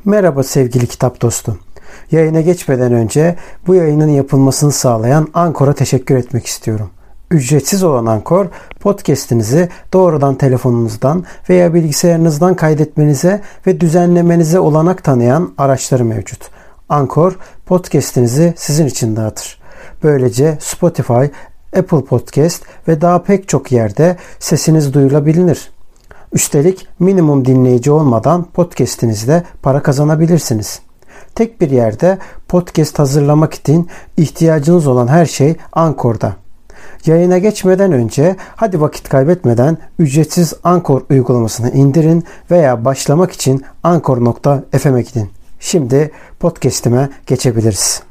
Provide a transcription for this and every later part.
Merhaba sevgili kitap dostum. Yayına geçmeden önce bu yayının yapılmasını sağlayan Ankor'a teşekkür etmek istiyorum. Ücretsiz olan Ankor, podcast'inizi doğrudan telefonunuzdan veya bilgisayarınızdan kaydetmenize ve düzenlemenize olanak tanıyan araçları mevcut. Ankor, podcast'inizi sizin için dağıtır. Böylece Spotify, Apple Podcast ve daha pek çok yerde sesiniz duyulabilir. Üstelik minimum dinleyici olmadan podcast'inizde para kazanabilirsiniz. Tek bir yerde podcast hazırlamak için ihtiyacınız olan her şey Ankor'da. Yayına geçmeden önce hadi vakit kaybetmeden ücretsiz Ankor uygulamasını indirin veya başlamak için ankor.fm'e gidin. Şimdi podcast'ime geçebiliriz.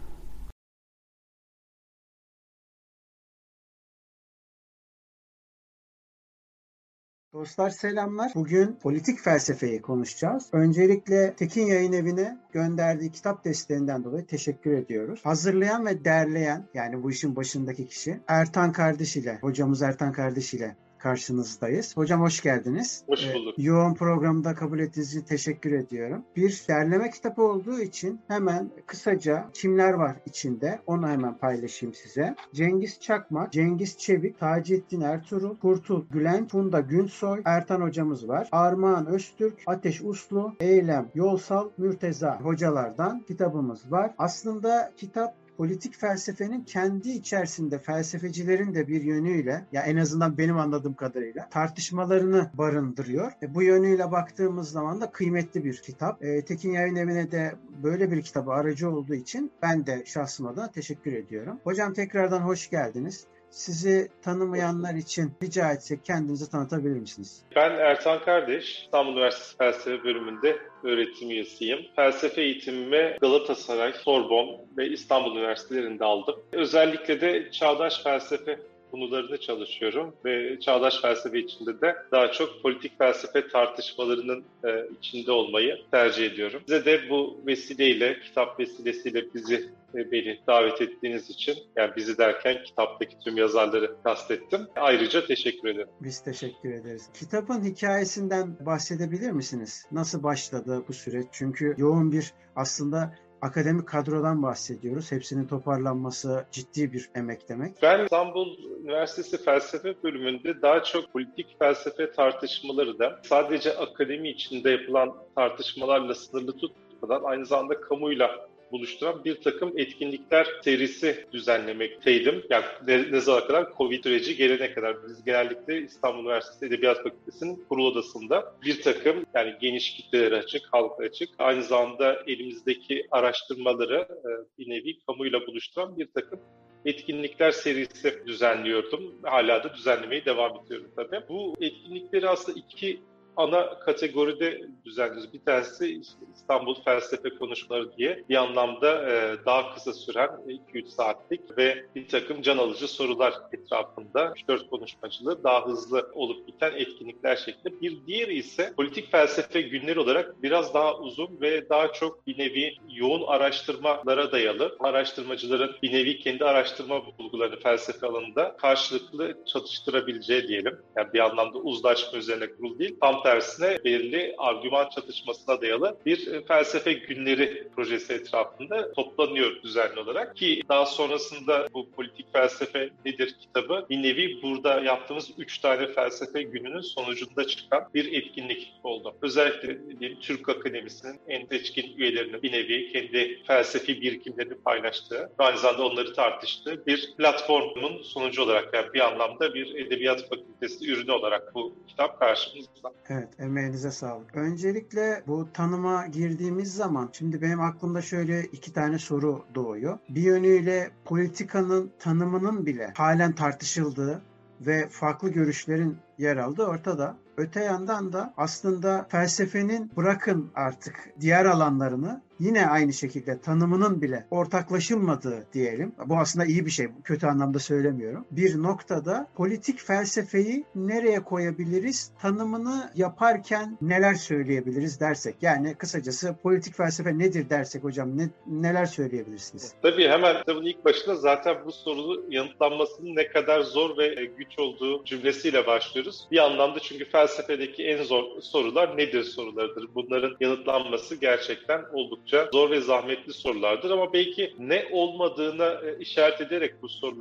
Dostlar selamlar. Bugün politik felsefeyi konuşacağız. Öncelikle Tekin Yayın Evi'ne gönderdiği kitap desteğinden dolayı teşekkür ediyoruz. Hazırlayan ve derleyen, yani bu işin başındaki kişi Ertan kardeş ile, hocamız Ertan kardeş ile karşınızdayız. Hocam hoş geldiniz. Hoş bulduk. Yoğun programda kabul ettiğiniz için teşekkür ediyorum. Bir derleme kitabı olduğu için hemen kısaca kimler var içinde onu hemen paylaşayım size. Cengiz Çakmak, Cengiz Çevik, Taceddin Ertuğrul, Kurtul Gülen, Funda Günsoy, Ertan hocamız var. Armağan Öztürk, Ateş Uslu, Eylem Yolsal, Mürteza hocalardan kitabımız var. Aslında kitap politik felsefenin kendi içerisinde felsefecilerin de bir yönüyle, ya en azından benim anladığım kadarıyla tartışmalarını barındırıyor. Bu yönüyle baktığımız zaman da kıymetli bir kitap. Tekin Yayın Evi'ne de böyle bir kitabı aracı olduğu için ben de şahsım adına teşekkür ediyorum. Hocam tekrardan hoş geldiniz. Sizi tanımayanlar için rica etsek kendinizi tanıtabilir misiniz? Ben Ertan Kardeş, İstanbul Üniversitesi Felsefe Bölümünde öğretim üyesiyim. Felsefe eğitimimi Galatasaray, Sorbonne ve İstanbul Üniversitelerinde aldım. Özellikle de çağdaş felsefe konularını çalışıyorum ve çağdaş felsefe içinde de daha çok politik felsefe tartışmalarının içinde olmayı tercih ediyorum. Size de bu vesileyle, kitap vesilesiyle beni davet ettiğiniz için, yani bizi derken kitaptaki tüm yazarları kastettim. Ayrıca teşekkür ederim. Biz teşekkür ederiz. Kitabın hikayesinden bahsedebilir misiniz? Nasıl başladı bu süreç? Çünkü yoğun bir aslında akademik kadrodan bahsediyoruz. Hepsinin toparlanması ciddi bir emek demek. Ben İstanbul Üniversitesi Felsefe Bölümünde daha çok politik felsefe tartışmaları da sadece akademi içinde yapılan tartışmalarla sınırlı tutmadan aynı zamanda kamuyla buluşturan bir takım etkinlikler serisi düzenlemekteydim. Yani ne zamana kadar Covid süreci gelene kadar biz genellikle İstanbul Üniversitesi Edebiyat Fakültesi'nin kurul odasında bir takım, yani geniş kitlelere açık, halka açık, aynı zamanda elimizdeki araştırmaları bir nevi kamuyla buluşturan bir takım etkinlikler serisi düzenliyordum. Hala da düzenlemeye devam ediyorum tabii. Bu etkinlikleri aslında iki ana kategoride düzenliyoruz. Bir tanesi İstanbul Felsefe Konuşmaları diye bir anlamda daha kısa süren 2-3 saatlik ve bir takım can alıcı sorular etrafında 3-4 konuşmacılı daha hızlı olup biten etkinlikler şeklinde. Bir diğeri ise politik felsefe günleri olarak biraz daha uzun ve daha çok bir nevi yoğun araştırmalara dayalı, araştırmacıların bir nevi kendi araştırma bulgularını felsefe alanında karşılıklı çatıştırabileceği diyelim. Yani bir anlamda uzlaşma üzerine kurulu değil, tam tersine belirli argüman çatışmasına dayalı bir felsefe günleri projesi etrafında toplanıyor düzenli olarak ki daha sonrasında bu politik felsefe nedir kitabı bir nevi burada yaptığımız 3 tane felsefe gününün sonucunda çıkan bir etkinlik oldu. Özellikle diyelim, Türk Akademisi'nin en seçkin üyelerinin bir nevi kendi felsefi birikimlerini paylaştığı, aynı zamanda onları tartıştığı bir platformun sonucu olarak, yani bir anlamda bir edebiyat fakültesi ürünü olarak bu kitap karşımızda. Evet, emeğinize sağlık. Öncelikle bu tanıma girdiğimiz zaman şimdi benim aklımda şöyle iki tane soru doğuyor. Bir yönüyle politikanın tanımının bile halen tartışıldığı ve farklı görüşlerin yer aldığı ortada. Öte yandan da aslında felsefenin bırakın artık diğer alanlarını yine aynı şekilde tanımının bile ortaklaşılmadığı diyelim. Bu aslında iyi bir şey. Kötü anlamda söylemiyorum. Bir noktada politik felsefeyi nereye koyabiliriz? Tanımını yaparken neler söyleyebiliriz dersek. Yani kısacası politik felsefe nedir dersek hocam neler söyleyebilirsiniz? Tabii hemen kitabın ilk başında zaten bu sorunun yanıtlanmasının ne kadar zor ve güç olduğu cümlesiyle başlıyoruz. Bir anlamda çünkü felsefedeki en zor sorular nedir sorularıdır. Bunların yanıtlanması gerçekten oldukça zor ve zahmetli sorulardır ama belki ne olmadığına işaret ederek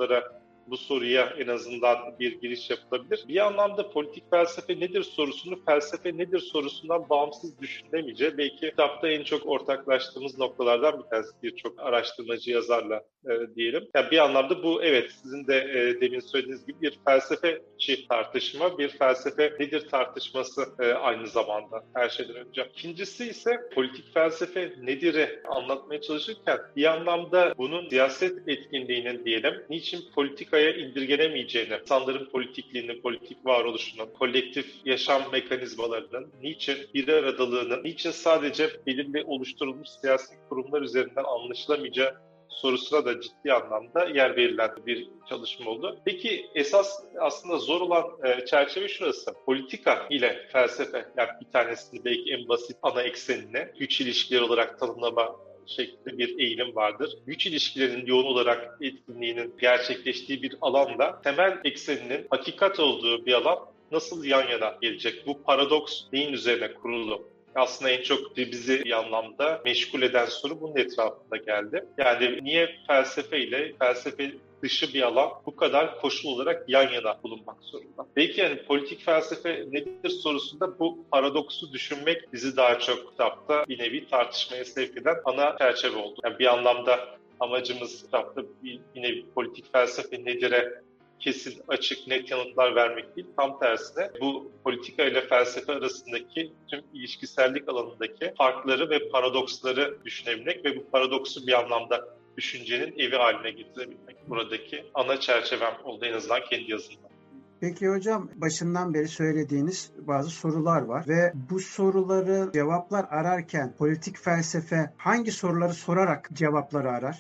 bu soruya en azından bir giriş yapılabilir. Bir anlamda politik felsefe nedir sorusunu felsefe nedir sorusundan bağımsız düşünülemeyeceği belki kitapta en çok ortaklaştığımız noktalardan bir tanesi birçok araştırmacı yazarla diyelim. Yani bir anlamda bu evet sizin de demin söylediğiniz gibi bir felsefeci tartışma, bir felsefe nedir tartışması aynı zamanda her şeyden önce. İkincisi ise politik felsefe nedir'i anlatmaya çalışırken bir anlamda bunun siyaset etkinliğinin diyelim niçin politikaya indirgenemeyeceğini, insanların politikliğinin, politik varoluşunun, kolektif yaşam mekanizmalarının niçin bir aradalığının, niçin sadece belirli oluşturulmuş siyasi kurumlar üzerinden anlaşılamayacağı sorusuna da ciddi anlamda yer verilen bir çalışma oldu. Peki esas aslında zor olan çerçeve şurası. Politika ile felsefe, yani bir tanesini belki en basit ana eksenine güç ilişkileri olarak tanımlama şeklinde bir eğilim vardır. Güç ilişkilerinin yoğun olarak etkinliğinin gerçekleştiği bir alanda temel ekseninin hakikat olduğu bir alan nasıl yan yana gelecek? Bu paradoks neyin üzerine kurulu? Aslında en çok bizi bir anlamda meşgul eden soru bunun etrafında geldi. Yani niye felsefe ile felsefe dışı bir alan bu kadar koşul olarak yan yana bulunmak zorunda? Belki yani politik felsefe nedir sorusunda bu paradoksu düşünmek bizi daha çok kitapta bir nevi tartışmaya sevk eden ana çerçeve oldu. Yani bir anlamda amacımız kitapta bir nevi politik felsefe nedir'e kesin, açık, net yanıtlar vermek değil. Tam tersine bu politika ile felsefe arasındaki tüm ilişkisellik alanındaki farkları ve paradoksları düşünebilmek ve bu paradoksu bir anlamda düşüncenin evi haline getirebilmek. Buradaki ana çerçevem oldu en azından kendi yazımda. Peki hocam başından beri söylediğiniz bazı sorular var ve bu soruları cevaplar ararken politik felsefe hangi soruları sorarak cevapları arar?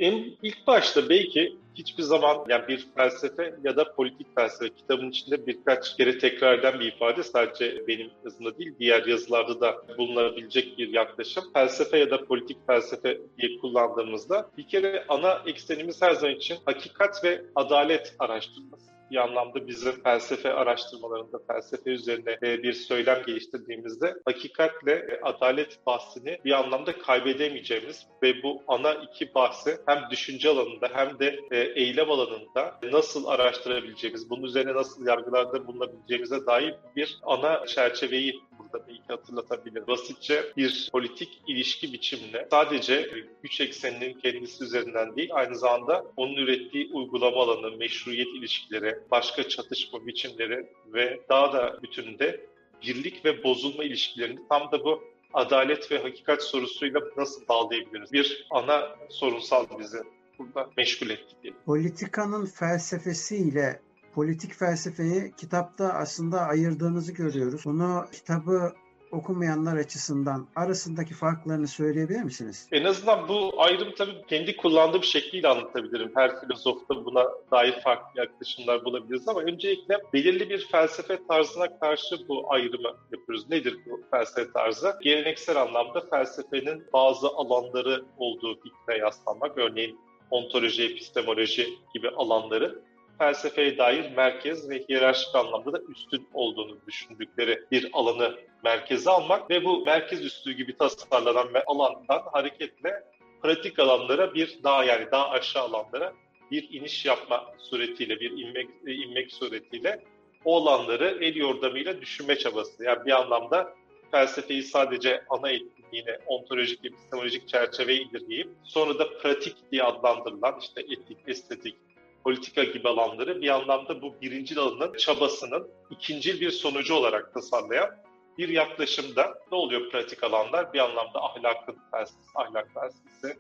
İlk başta belki hiçbir zaman yani bir felsefe ya da politik felsefe kitabın içinde birkaç kere tekrar eden bir ifade sadece benim yazımda değil diğer yazılarda da bulunabilecek bir yaklaşım. Felsefe ya da politik felsefe diye kullandığımızda bir kere ana eksenimiz her zaman için hakikat ve adalet araştırması. Bir anlamda bizim felsefe araştırmalarında felsefe üzerine bir söylem geliştirdiğimizde hakikatle adalet bahsini bir anlamda kaybedemeyeceğimiz ve bu ana iki bahsi hem düşünce alanında hem de eylem alanında nasıl araştırabileceğimiz, bunun üzerine nasıl yargılarda bulunabileceğimize dair bir ana çerçeveyi burada belki hatırlatabilir. Basitçe bir politik ilişki biçimine sadece güç ekseninin kendisi üzerinden değil, aynı zamanda onun ürettiği uygulama alanı, meşruiyet ilişkileri, başka çatışma biçimleri ve daha da bütününde birlik ve bozulma ilişkilerini tam da bu adalet ve hakikat sorusuyla nasıl bağlayabiliriz? Bir ana sorunsal bizi burada meşgul etti diyelim. Politikanın felsefesiyle politik felsefeyi kitapta aslında ayırdığınızı görüyoruz. Bunu kitabı okumayanlar açısından arasındaki farklarını söyleyebilir misiniz? En azından bu ayrım tabii kendi kullandığım şekliyle anlatabilirim. Her filozofta buna dair farklı yaklaşımlar bulabiliriz ama öncelikle belirli bir felsefe tarzına karşı bu ayrımı yapıyoruz. Nedir bu felsefe tarzı? Geleneksel anlamda felsefenin bazı alanları olduğu fikrine yaslanmak. Örneğin ontoloji, epistemoloji gibi alanların felsefeye dair merkez ve hiyerarşik anlamda da üstün olduğunu düşündükleri bir alanı merkeze almak ve bu merkez üstü gibi tasarlanan alandan hareketle pratik alanlara daha aşağı alanlara bir iniş yapma suretiyle, bir inmek suretiyle o alanları el yordamıyla düşünme çabası. Yani bir anlamda felsefeyi sadece ana etkinliğine, ontolojik, epistemolojik çerçeveye indirgeyip sonra da pratik diye adlandırılan işte etik, estetik, politika gibi alanları bir anlamda bu birinci alanın çabasının ikincil bir sonucu olarak tasarlayan bir yaklaşımda ne oluyor pratik alanlar? Bir anlamda ahlakın felsefesi, ahlak felsefesi,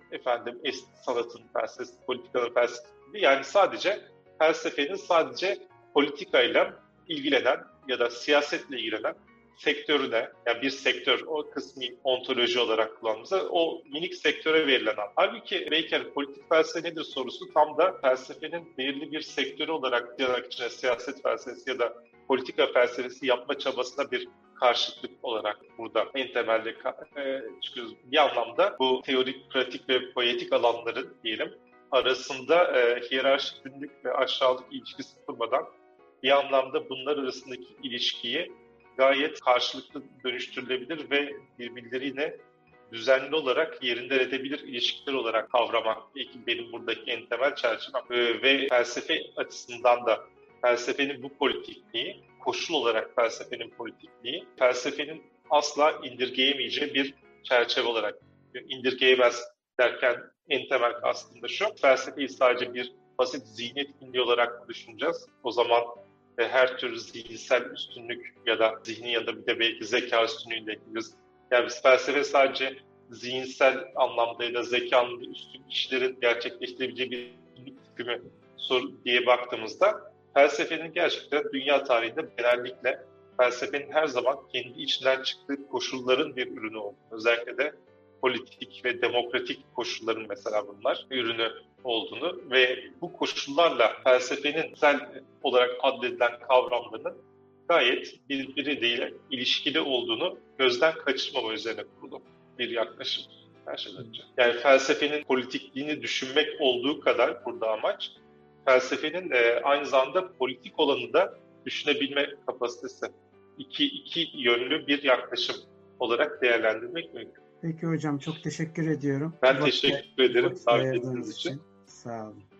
sanatın felsefesi, politikanın felsefesi gibi. Yani felsefenin sadece politikayla ilgilenen ya da siyasetle ilgilenen sektörüne, yani bir sektör, o kısmi ontoloji olarak kullanımıza, o minik sektöre verilen ad. Halbuki belki yani politik felsefe nedir sorusu tam da felsefenin belirli bir sektörü olarak tırnak içine siyaset felsefesi ya da politika felsefesi yapma çabasına bir karşıtlık olarak burada en temelde çıkıyoruz. Bir anlamda bu teorik, pratik ve poetik alanların diyelim arasında hiyerarşik günlük ve aşağılık ilişkisi kurmadan bir anlamda bunlar arasındaki ilişkiyi gayet karşılıklı dönüştürülebilir ve birbirleriyle düzenli olarak yerinden edebilir ilişkiler olarak kavramak belki benim buradaki en temel çerçevem. Ve felsefe açısından da felsefenin bu politikliği, koşul olarak felsefenin politikliği, felsefenin asla indirgeyemeyeceği bir çerçeve olarak indirgeyemez derken en temel aslında şu, felsefeyi sadece bir basit zihin etkinliği olarak düşüneceğiz. O zaman her tür zihinsel üstünlük ya da zihni ya da bir de belki zeka üstünlüğüyle ilgiliyiz. Yani biz felsefe sadece zihinsel anlamda ya da zekanın üstün kişilerin gerçekleştirebileceği bir tipi mi diye baktığımızda felsefenin gerçekten dünya tarihinde genellikle felsefenin her zaman kendi içinden çıktığı koşulların bir ürünü olduğunu, özellikle de politik ve demokratik koşulların mesela bunlar ürünü olduğunu ve bu koşullarla felsefenin sel olarak adledilen kavramlarının gayet birbiriyle ilişkili olduğunu gözden kaçırmama üzerine kurulu bir yaklaşım her şeyden önce. Yani felsefenin politikliğini düşünmek olduğu kadar burada amaç, felsefenin aynı zamanda politik olanı da düşünebilme kapasitesi. İki yönlü bir yaklaşım olarak değerlendirmek mümkün. Peki hocam, çok teşekkür ediyorum. Ben teşekkür ederim davet ettiğiniz için. Sağ olun.